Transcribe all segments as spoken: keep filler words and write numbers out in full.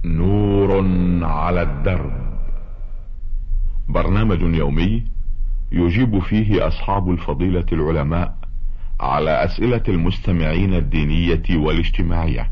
نور على الدرب، برنامج يومي يجيب فيه أصحاب الفضيلة العلماء على أسئلة المستمعين الدينية والاجتماعية.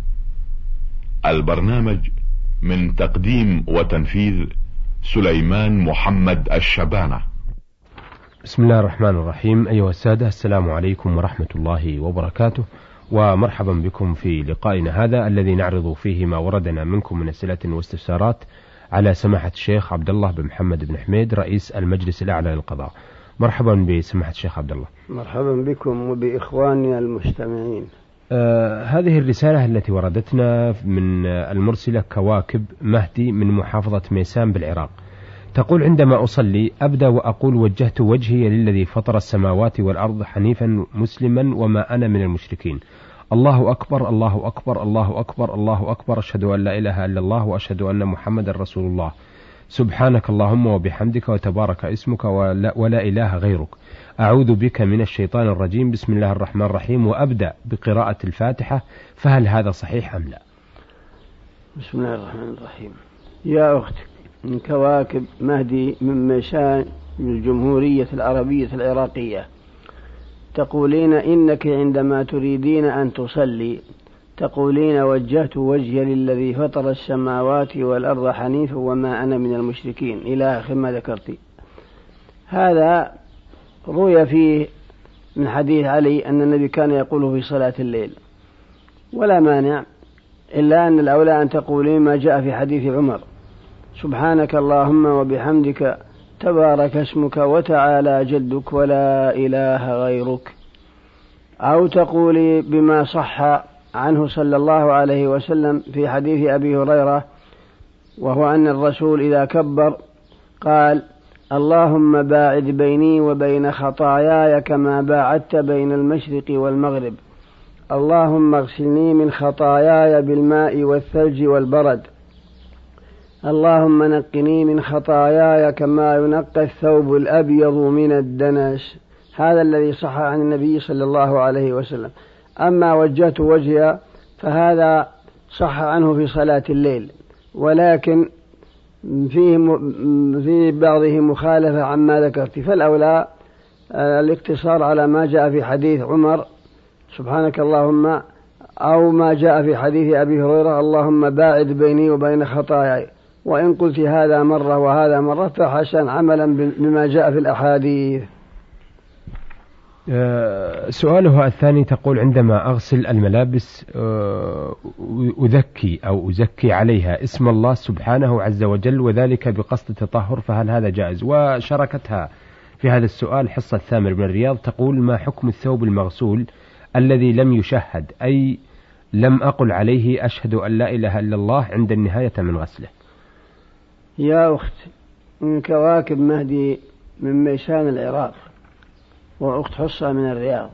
البرنامج من تقديم وتنفيذ سليمان محمد الشبانة. بسم الله الرحمن الرحيم. أيها السادة، السلام عليكم ورحمة الله وبركاته، ومرحبا بكم في لقائنا هذا الذي نعرض فيه ما وردنا منكم من أسئلة واستفسارات على سماحة الشيخ عبد الله بن محمد بن حميد رئيس المجلس الأعلى للقضاء. مرحبا بسماحة الشيخ عبد الله. مرحبا بكم وبإخواني المستمعين. آه هذه الرسالة التي وردتنا من المرسلة كواكب مهدي من محافظة ميسان بالعراق، تقول: عندما أصلي أبدأ وأقول: وجهت وجهي للذي فطر السماوات والأرض حنيفا مسلما وما أنا من المشركين. الله أكبر الله أكبر الله أكبر الله أكبر، أشهد أن لا إله إلا الله وأشهد أن محمد رسول الله. سبحانك اللهم وبحمدك وتبارك اسمك ولا, ولا إله غيرك. أعوذ بك من الشيطان الرجيم. بسم الله الرحمن الرحيم. وأبدأ بقراءة الفاتحة، فهل هذا صحيح أم لا؟ بسم الله الرحمن الرحيم. يا أختي من كواكب مهدي من ميسان من الجمهورية العربية العراقية، تقولين إنك عندما تريدين أن تصلي تقولين: وجهت وجهي للذي فطر السماوات والأرض حنيفا وما أنا من المشركين، إلى آخر ما ذكرت. هذا روي فيه من حديث علي أن النبي كان يقوله في صلاة الليل، ولا مانع، إلا أن الأولى أن تقولين ما جاء في حديث عمر: سبحانك اللهم وبحمدك تبارك اسمك وتعالى جدك ولا إله غيرك. أو تقولي بما صح عنه صلى الله عليه وسلم في حديث أبي هريرة، وهو أن الرسول إذا كبر قال: اللهم باعد بيني وبين خطاياي كما باعدت بين المشرق والمغرب، اللهم اغسلني من خطاياي بالماء والثلج والبرد، اللهم نقني من خطاياي كما ينقى الثوب الأبيض من الدنس. هذا الذي صح عن النبي صلى الله عليه وسلم. أما وجهت وجهي فهذا صح عنه في صلاة الليل، ولكن فيه في بعضه مخالفة عما ذكرت، فالأولى الاقتصار على ما جاء في حديث عمر: سبحانك اللهم، أو ما جاء في حديث أبي هريرة: اللهم باعد بيني وبين خطاياي. وإن قلت هذا مرة وهذا مرة فحسن عملا بما جاء في الأحاديث. أه سؤالها الثاني، تقول: عندما أغسل الملابس أه أذكي أو أزكي عليها اسم الله سبحانه عز وجل، وذلك بقصد التطهر، فهل هذا جائز؟ وشاركتها في هذا السؤال حصة ثامر من الرياض، تقول: ما حكم الثوب المغسول الذي لم يشهد، أي لم أقل عليه أشهد أن لا إله إلا الله عند النهاية من غسله؟ يا أخت من كواكب مهدي من ميسان العراق، وأخت حصة من الرياض،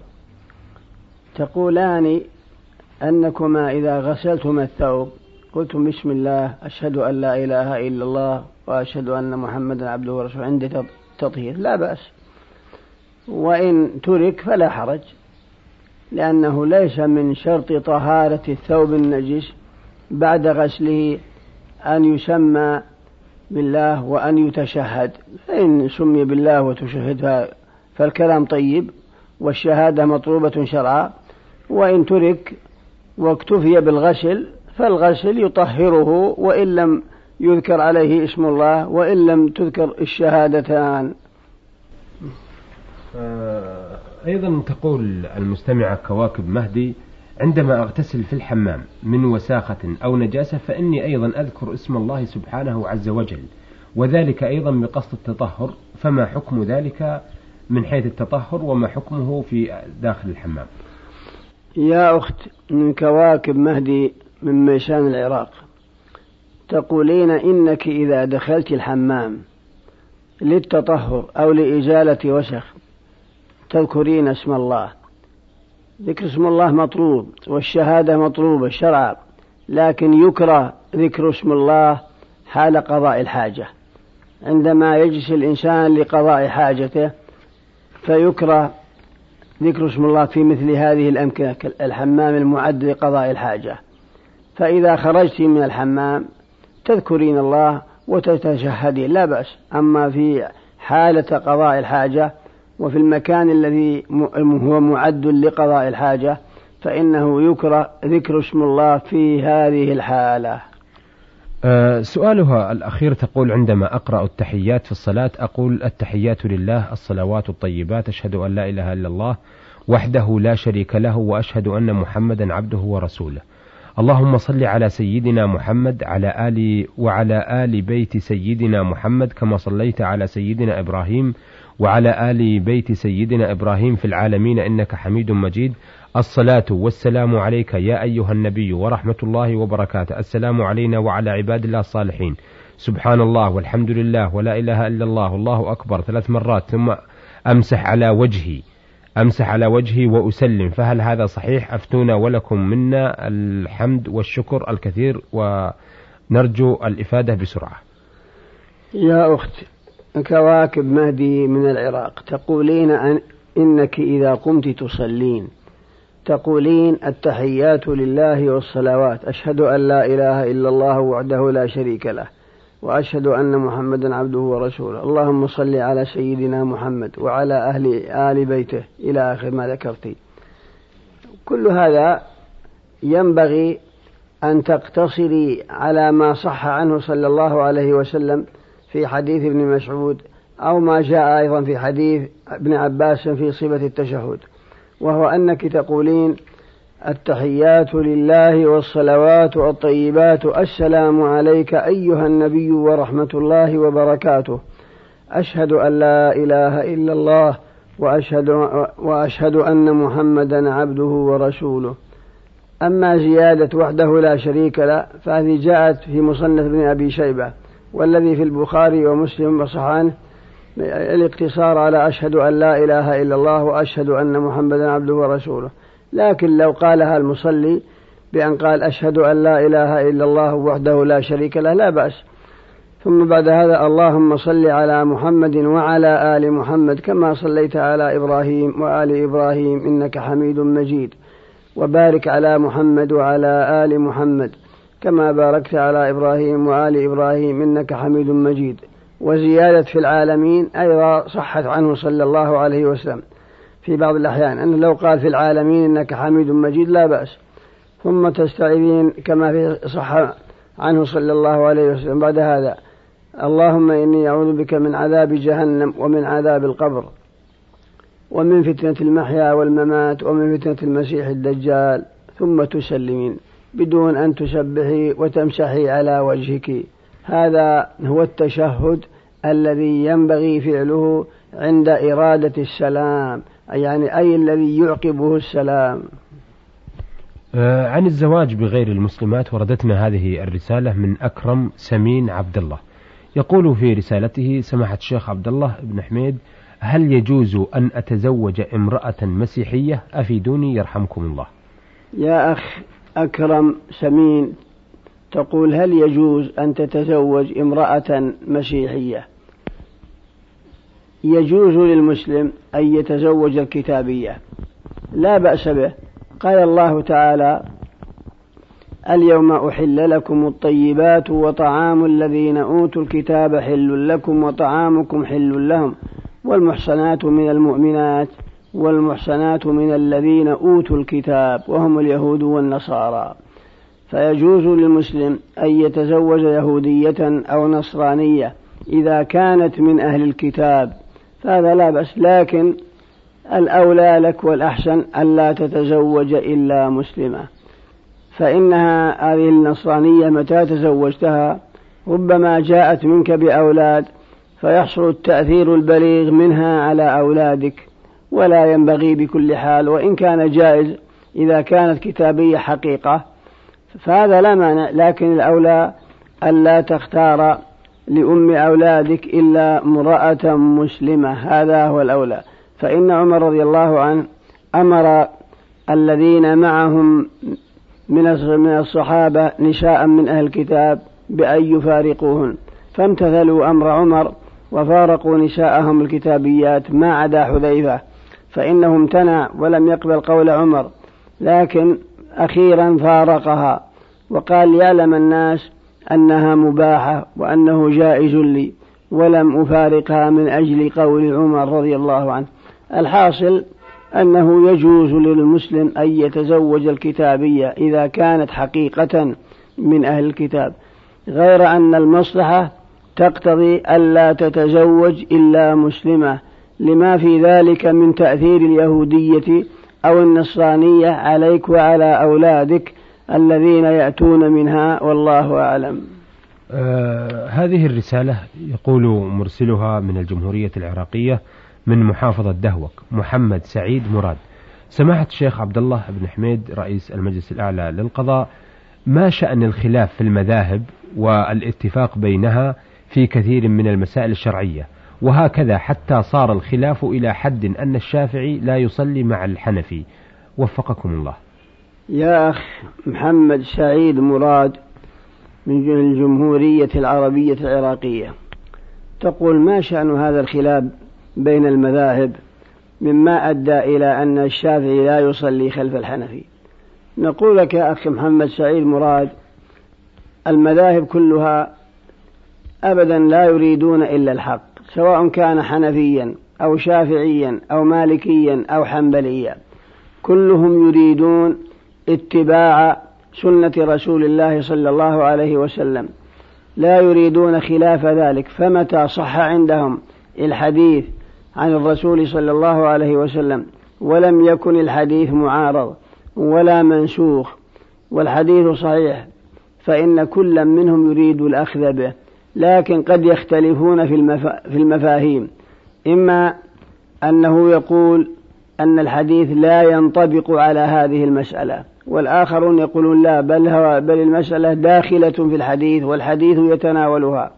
تقولان أنكما إذا غسلتما الثوب قلتم: بسم الله أشهد أن لا إله إلا الله وأشهد أن محمدا عبده ورسوله عند تطهير، لا بأس، وإن ترك فلا حرج، لأنه ليس من شرط طهارة الثوب النجس بعد غسله أن يسمى بالله وأن يتشهد. فإن سمي بالله وتشهد فالكلام طيب والشهادة مطلوبة شرعا، وإن ترك واكتفي بالغسل فالغسل يطهره وإن لم يذكر عليه اسم الله وإن لم تذكر الشهادتان. أيضا تقول المستمعة كواكب مهدي: عندما أغتسل في الحمام من وساخة أو نجاسة فإني أيضا أذكر اسم الله سبحانه عز وجل، وذلك أيضا بقصد التطهر، فما حكم ذلك من حيث التطهر وما حكمه في داخل الحمام؟ يا أخت من كواكب مهدي من ميسان العراق، تقولين إنك إذا دخلت الحمام للتطهر أو لإزالة وسخ تذكرين اسم الله. ذكر اسم الله مطلوب والشهادة مطلوبة شرعا، لكن يكره ذكر اسم الله حال قضاء الحاجة. عندما يجلس الإنسان لقضاء حاجته فيكره ذكر اسم الله في مثل هذه الأمكنة الحمام المعد لقضاء الحاجة. فإذا خرجت من الحمام تذكرين الله وتتشهدين لا بأس. أما في حالة قضاء الحاجة وفي المكان الذي هو معد لقضاء الحاجة فإنه يكره ذكر اسم الله في هذه الحالة. أه سؤالها الأخير تقول: عندما أقرأ التحيات في الصلاة أقول: التحيات لله الصلوات الطيبات أشهد أن لا إله إلا الله وحده لا شريك له وأشهد أن محمدا عبده ورسوله. اللهم صل على سيدنا محمد على آل وعلى آل بيت سيدنا محمد كما صليت على سيدنا إبراهيم وعلى آل بيت سيدنا إبراهيم في العالمين إنك حميد مجيد. الصلاة والسلام عليك يا أيها النبي ورحمة الله وبركاته. السلام علينا وعلى عباد الله الصالحين. سبحان الله والحمد لله ولا إله إلا الله والله أكبر ثلاث مرات ثم أمسح على وجهي أمسح على وجهي وأسلم. فهل هذا صحيح؟ أفتونا ولكم منا الحمد والشكر الكثير ونرجو الإفادة بسرعة. يا أخت كواكب مهدي من العراق، تقولين أن إنك إذا قمت تصلين تقولين: التحيات لله والصلوات أشهد أن لا إله إلا الله وحده لا شريك له وأشهد أن محمدا عبده ورسوله. اللهم صل على سيدنا محمد وعلى أهل آل بيته إلى آخر ما ذكرتي. كل هذا ينبغي أن تقتصري على ما صح عنه صلى الله عليه وسلم في حديث ابن مسعود أو ما جاء أيضا في حديث ابن عباس في صفة التشهد، وهو أنك تقولين: التحيات لله والصلوات والطيبات السلام عليك أيها النبي ورحمة الله وبركاته أشهد أن لا إله إلا الله وأشهد, وأشهد أن محمدا عبده ورسوله. أما زيادة وحده لا شريك له فهذه جاءت في مصنف ابن أبي شيبة، والذي في البخاري ومسلم وصححه الاقتصار على أشهد أن لا إله إلا الله وأشهد أن محمدا عبده ورسوله. لكن لو قالها المصلي بأن قال: أشهد أن لا إله إلا الله وحده لا شريك له لا بأس. ثم بعد هذا: اللهم صل على محمد وعلى آل محمد كما صليت على إبراهيم وآل إبراهيم إنك حميد مجيد، وبارك على محمد وعلى آل محمد كما باركت على إبراهيم وآل إبراهيم إنك حميد مجيد. وزيادة في العالمين أيضا صحت عنه صلى الله عليه وسلم في بعض الأحيان أنه لو قال في العالمين إنك حميد مجيد لا بأس. ثم تستعيذين كما في صح عنه صلى الله عليه وسلم بعد هذا: اللهم إني أعوذ بك من عذاب جهنم ومن عذاب القبر ومن فتنة المحيا والممات ومن فتنة المسيح الدجال. ثم تسلمين بدون أن تسبحي وتمسحي على وجهك. هذا هو التشهد الذي ينبغي فعله عند إرادة السلام، يعني أي الذي يعقبه السلام. عن الزواج بغير المسلمات وردتنا هذه الرسالة من أكرم سمين عبد الله، يقول في رسالته: سماحة الشيخ عبد الله بن حميد، هل يجوز أن أتزوج امرأة مسيحية؟ أفيدوني يرحمكم الله. يا أخ أكرم سمين، تقول: هل يجوز أن تتزوج امرأة مسيحية؟ يجوز للمسلم أن يتزوج الكتابية لا بأس به. قال الله تعالى: اليوم أحل لكم الطيبات وطعام الذين أوتوا الكتاب حل لكم وطعامكم حل لهم والمحصنات من المؤمنات والمحصنات من الذين أوتوا الكتاب وهم اليهود والنصارى. فيجوز للمسلم أن يتزوج يهودية أو نصرانية إذا كانت من أهل الكتاب، فهذا لا بأس، لكن الأولى لك والأحسن ألا تتزوج إلا مسلمة، فإنها هذه النصرانية متى تزوجتها ربما جاءت منك بأولاد فيحصل التأثير البليغ منها على أولادك، ولا ينبغي بكل حال، وإن كان جائز إذا كانت كتابية حقيقة فهذا لا مانع، لكن الأولى ألا تختار لأم أولادك إلا امرأة مسلمة، هذا هو الأولى. فإن عمر رضي الله عنه أمر الذين معهم من الصحابة نساء من أهل الكتاب بأن يفارقوهن، فامتثلوا أمر عمر وفارقوا نساءهم الكتابيات ما عدا حذيفة، فإنه امتنع ولم يقبل قول عمر، لكن أخيرا فارقها وقال: يعلم الناس أنها مباحة وأنه جائز لي، ولم أفارقها من أجل قول عمر رضي الله عنه. الحاصل أنه يجوز للمسلم أن يتزوج الكتابية إذا كانت حقيقة من أهل الكتاب، غير أن المصلحة تقتضي ألا تتزوج إلا مسلمة، لما في ذلك من تأثير اليهودية أو النصرانية عليك وعلى أولادك الذين يأتون منها، والله أعلم. آه هذه الرسالة يقول مرسلها من الجمهورية العراقية من محافظة دهوك محمد سعيد مراد: سماحة الشيخ عبد الله بن حميد رئيس المجلس الأعلى للقضاء، ما شأن الخلاف في المذاهب والاتفاق بينها في كثير من المسائل الشرعية، وهكذا حتى صار الخلاف إلى حد أن الشافعي لا يصلي مع الحنفي، وفقكم الله. يا أخ محمد سعيد مراد من الجمهورية العربية العراقية، تقول ما شأن هذا الخلاف بين المذاهب مما أدى إلى أن الشافعي لا يصلي خلف الحنفي؟ نقول لك يا أخي محمد سعيد مراد، المذاهب كلها أبدا لا يريدون إلا الحق، سواء كان حنفيا أو شافعيا أو مالكيا أو حنبليا، كلهم يريدون اتباع سنة رسول الله صلى الله عليه وسلم، لا يريدون خلاف ذلك. فمتى صح عندهم الحديث عن الرسول صلى الله عليه وسلم ولم يكن الحديث معارض ولا منسوخ والحديث صحيح، فإن كل منهم يريد الأخذ به، لكن قد يختلفون في المفاهيم، إما أنه يقول أن الحديث لا ينطبق على هذه المسألة، والآخرون يقولون لا، بل, هو بل المسألة داخلة في الحديث والحديث يتناولها،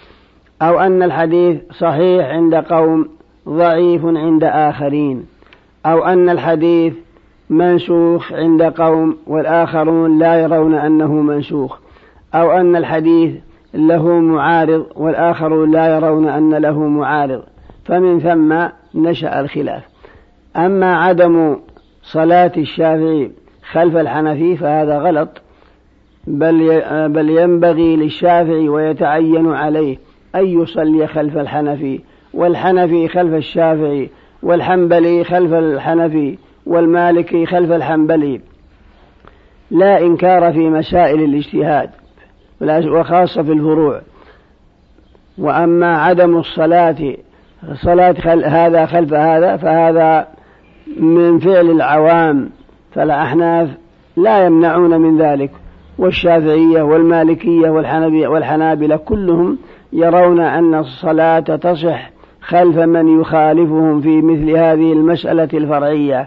أو أن الحديث صحيح عند قوم ضعيف عند آخرين، أو أن الحديث منسوخ عند قوم والآخرون لا يرون أنه منسوخ، أو أن الحديث له معارض والآخرون لا يرون أن له معارض، فمن ثم نشأ الخلاف. أما عدم صلاة الشافعي خلف الحنفي فهذا غلط، بل بل ينبغي للشافعي ويتعين عليه أن يصلي خلف الحنفي، والحنفي خلف الشافعي، والحنبلي خلف الحنفي، والمالكي خلف الحنبلي، لا إنكار في مسائل الاجتهاد وخاصة في الفروع. وأما عدم الصلاة صلاة هذا خلف هذا فهذا من فعل العوام، فالأحناف لا يمنعون من ذلك، والشافعية والمالكية والحنابلة كلهم يرون أن الصلاة تصح خلف من يخالفهم في مثل هذه المسألة الفرعية.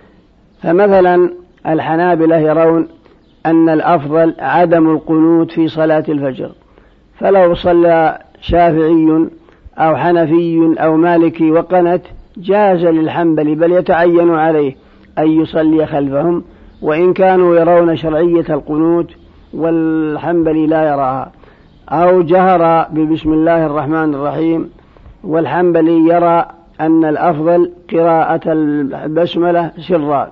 فمثلا الحنابلة يرون أن الأفضل عدم القنوت في صلاة الفجر، فلو صلى شافعي أو حنفي أو مالكي وقنت جاز للحنبلي، بل يتعين عليه أن يصلي خلفهم، وإن كانوا يرون شرعية القنوت والحنبلي لا يراها. أو جهر ببسم الله الرحمن الرحيم والحنبلي يرى أن الأفضل قراءة البسملة سرا،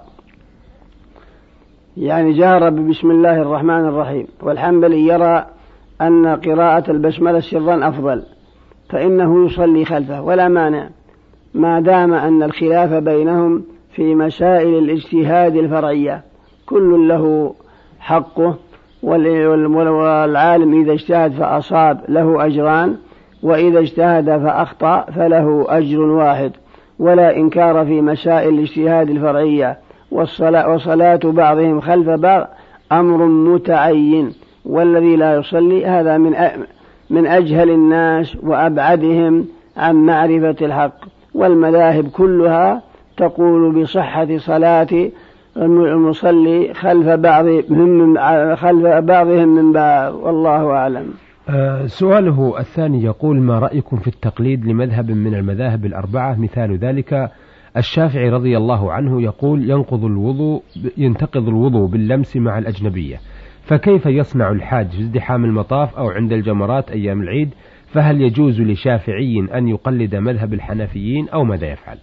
يعني جهر ببسم الله الرحمن الرحيم، والحنبلي يرى أن قراءة البسملة سرا أفضل، فإنه يصلي خلفه ولا مانع، ما دام أن الخلاف بينهم في مسائل الاجتهاد الفرعية، كل له حقه، والعالم إذا اجتهد فأصاب له أجران، وإذا اجتهد فأخطأ فله أجر واحد، ولا إنكار في مسائل الاجتهاد الفرعية. والصلاة وصلاة بعضهم خلف بعض أمر متعين، والذي لا يصلي هذا من من أجهل الناس وأبعدهم عن معرفة الحق. والمذاهب كلها تقول بصحة صلاة المصلي خلف بعضهم من خلف بعضهم من بعض، والله أعلم. أه سؤاله الثاني يقول: ما رأيكم في التقليد لمذهب من المذاهب الأربعة؟ مثال ذلك الشافعي رضي الله عنه يقول ينقض الوضوء ينتقض الوضوء باللمس مع الأجنبية، فكيف يصنع الحاج في ازدحام المطاف أو عند الجمرات أيام العيد؟ فهل يجوز لشافعي أن يقلد مذهب الحنفيين أو ماذا يفعل؟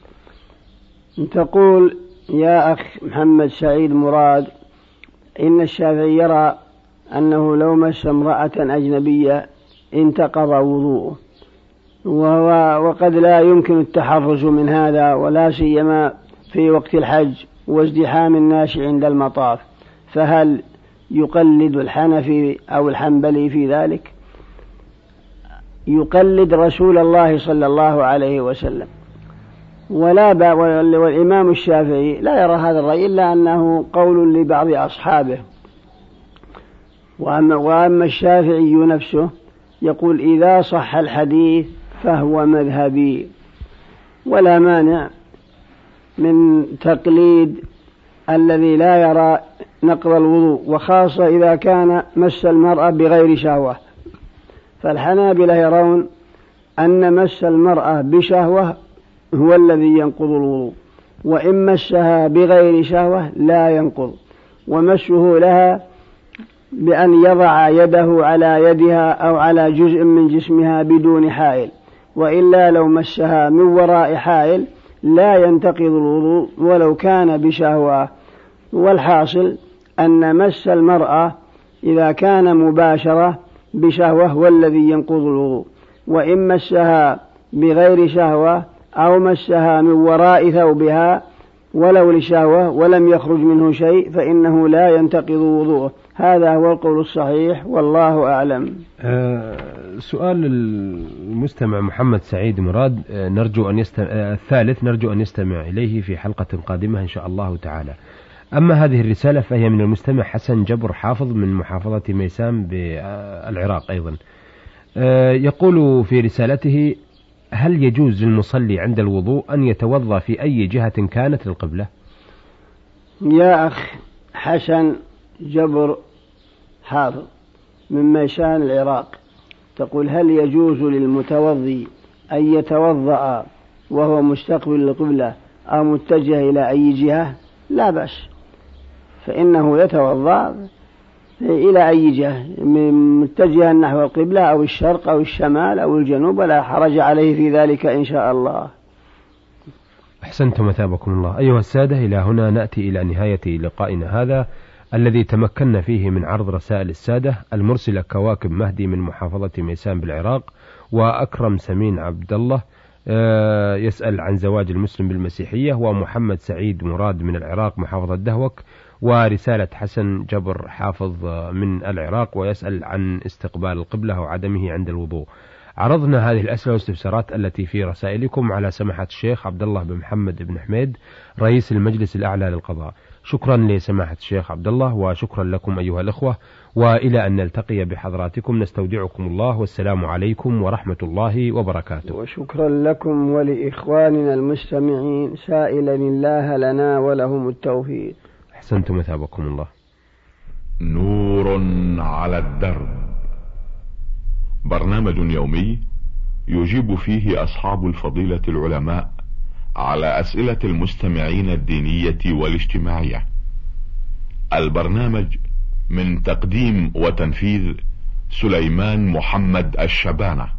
تقول يا أخ محمد سعيد مراد إن الشافعي يرى أنه لو مس امرأة أجنبية انتقض وضوءه، وقد لا يمكن التحرز من هذا، ولا سيما في وقت الحج وازدحام الناس عند المطاف، فهل يقلد الحنفي أو الحنبلي في ذلك؟ يقلد رسول الله صلى الله عليه وسلم، ولا با والإمام الشافعي لا يرى هذا الرأي إلا أنه قول لبعض أصحابه. وأما, وأما الشافعي نفسه يقول إذا صح الحديث فهو مذهبي، ولا مانع من تقليد الذي لا يرى نقض الوضوء، وخاصة إذا كان مس المرأة بغير شهوة. فالحنابلة يرون أن مس المرأة بشهوة هو الذي ينقض الوضوء، وإن مسها بغير شهوة لا ينقض، ومسه لها بأن يضع يده على يدها أو على جزء من جسمها بدون حائل، وإلا لو مسها من وراء حائل لا ينتقض الوضوء ولو كان بشهوة. والحاصل أن مس المرأة إذا كان مباشرة بشهوة هو الذي ينقض الوضوء، وإن مسها بغير شهوة أو مسها من وراء ثوبها ولو لشهوة ولم يخرج منه شيء فإنه لا ينتقض وضوءه. هذا هو القول الصحيح والله أعلم. أه سؤال المستمع محمد سعيد مراد، أه نرجو أن يستمع أه الثالث نرجو أن يستمع إليه في حلقة قادمة إن شاء الله تعالى. أما هذه الرسالة فهي من المستمع حسن جبر حافظ من محافظة ميسام بالعراق أيضا. أه يقول في رسالته: هل يجوز للمصلي عند الوضوء أن يتوضأ في أي جهة كانت للقبلة؟ يا أخ حسن جبر حافظ من ميسان العراق، تقول: هل يجوز للمتوضي أن يتوضأ وهو مستقبل للقبلة أو متجه إلى أي جهة؟ لا بأس، فإنه يتوضأ إلى أي جهة متجها نحو القبلة أو الشرق أو الشمال أو الجنوب، ولا حرج عليه في ذلك إن شاء الله. أحسنتم مثابكم الله. أيها السادة، إلى هنا نأتي إلى نهاية لقائنا هذا الذي تمكنا فيه من عرض رسائل السادة المرسلة كواكب مهدي من محافظة ميسان بالعراق، وأكرم سمين عبد الله يسأل عن زواج المسلم بالمسيحية، ومحمد سعيد مراد من العراق محافظة دهوك، ورسالة حسن جبر حافظ من العراق ويسأل عن استقبال القبلة وعدمه عند الوضوء. عرضنا هذه الأسئلة والاستفسارات التي في رسائلكم على سماحة الشيخ عبد الله بن محمد بن حميد رئيس المجلس الأعلى للقضاء. شكرا لسماحة الشيخ عبد الله، وشكرا لكم أيها الأخوة، وإلى أن نلتقي بحضراتكم نستودعكم الله، والسلام عليكم ورحمة الله وبركاته. وشكرا لكم ولإخواننا المستمعين، سائلا الله لنا ولهم التوفيق. أحسنتم مثابكم الله. نور على الدرب، برنامج يومي يجيب فيه أصحاب الفضيلة العلماء على أسئلة المستمعين الدينية والاجتماعية. البرنامج من تقديم وتنفيذ سليمان محمد الشبانة.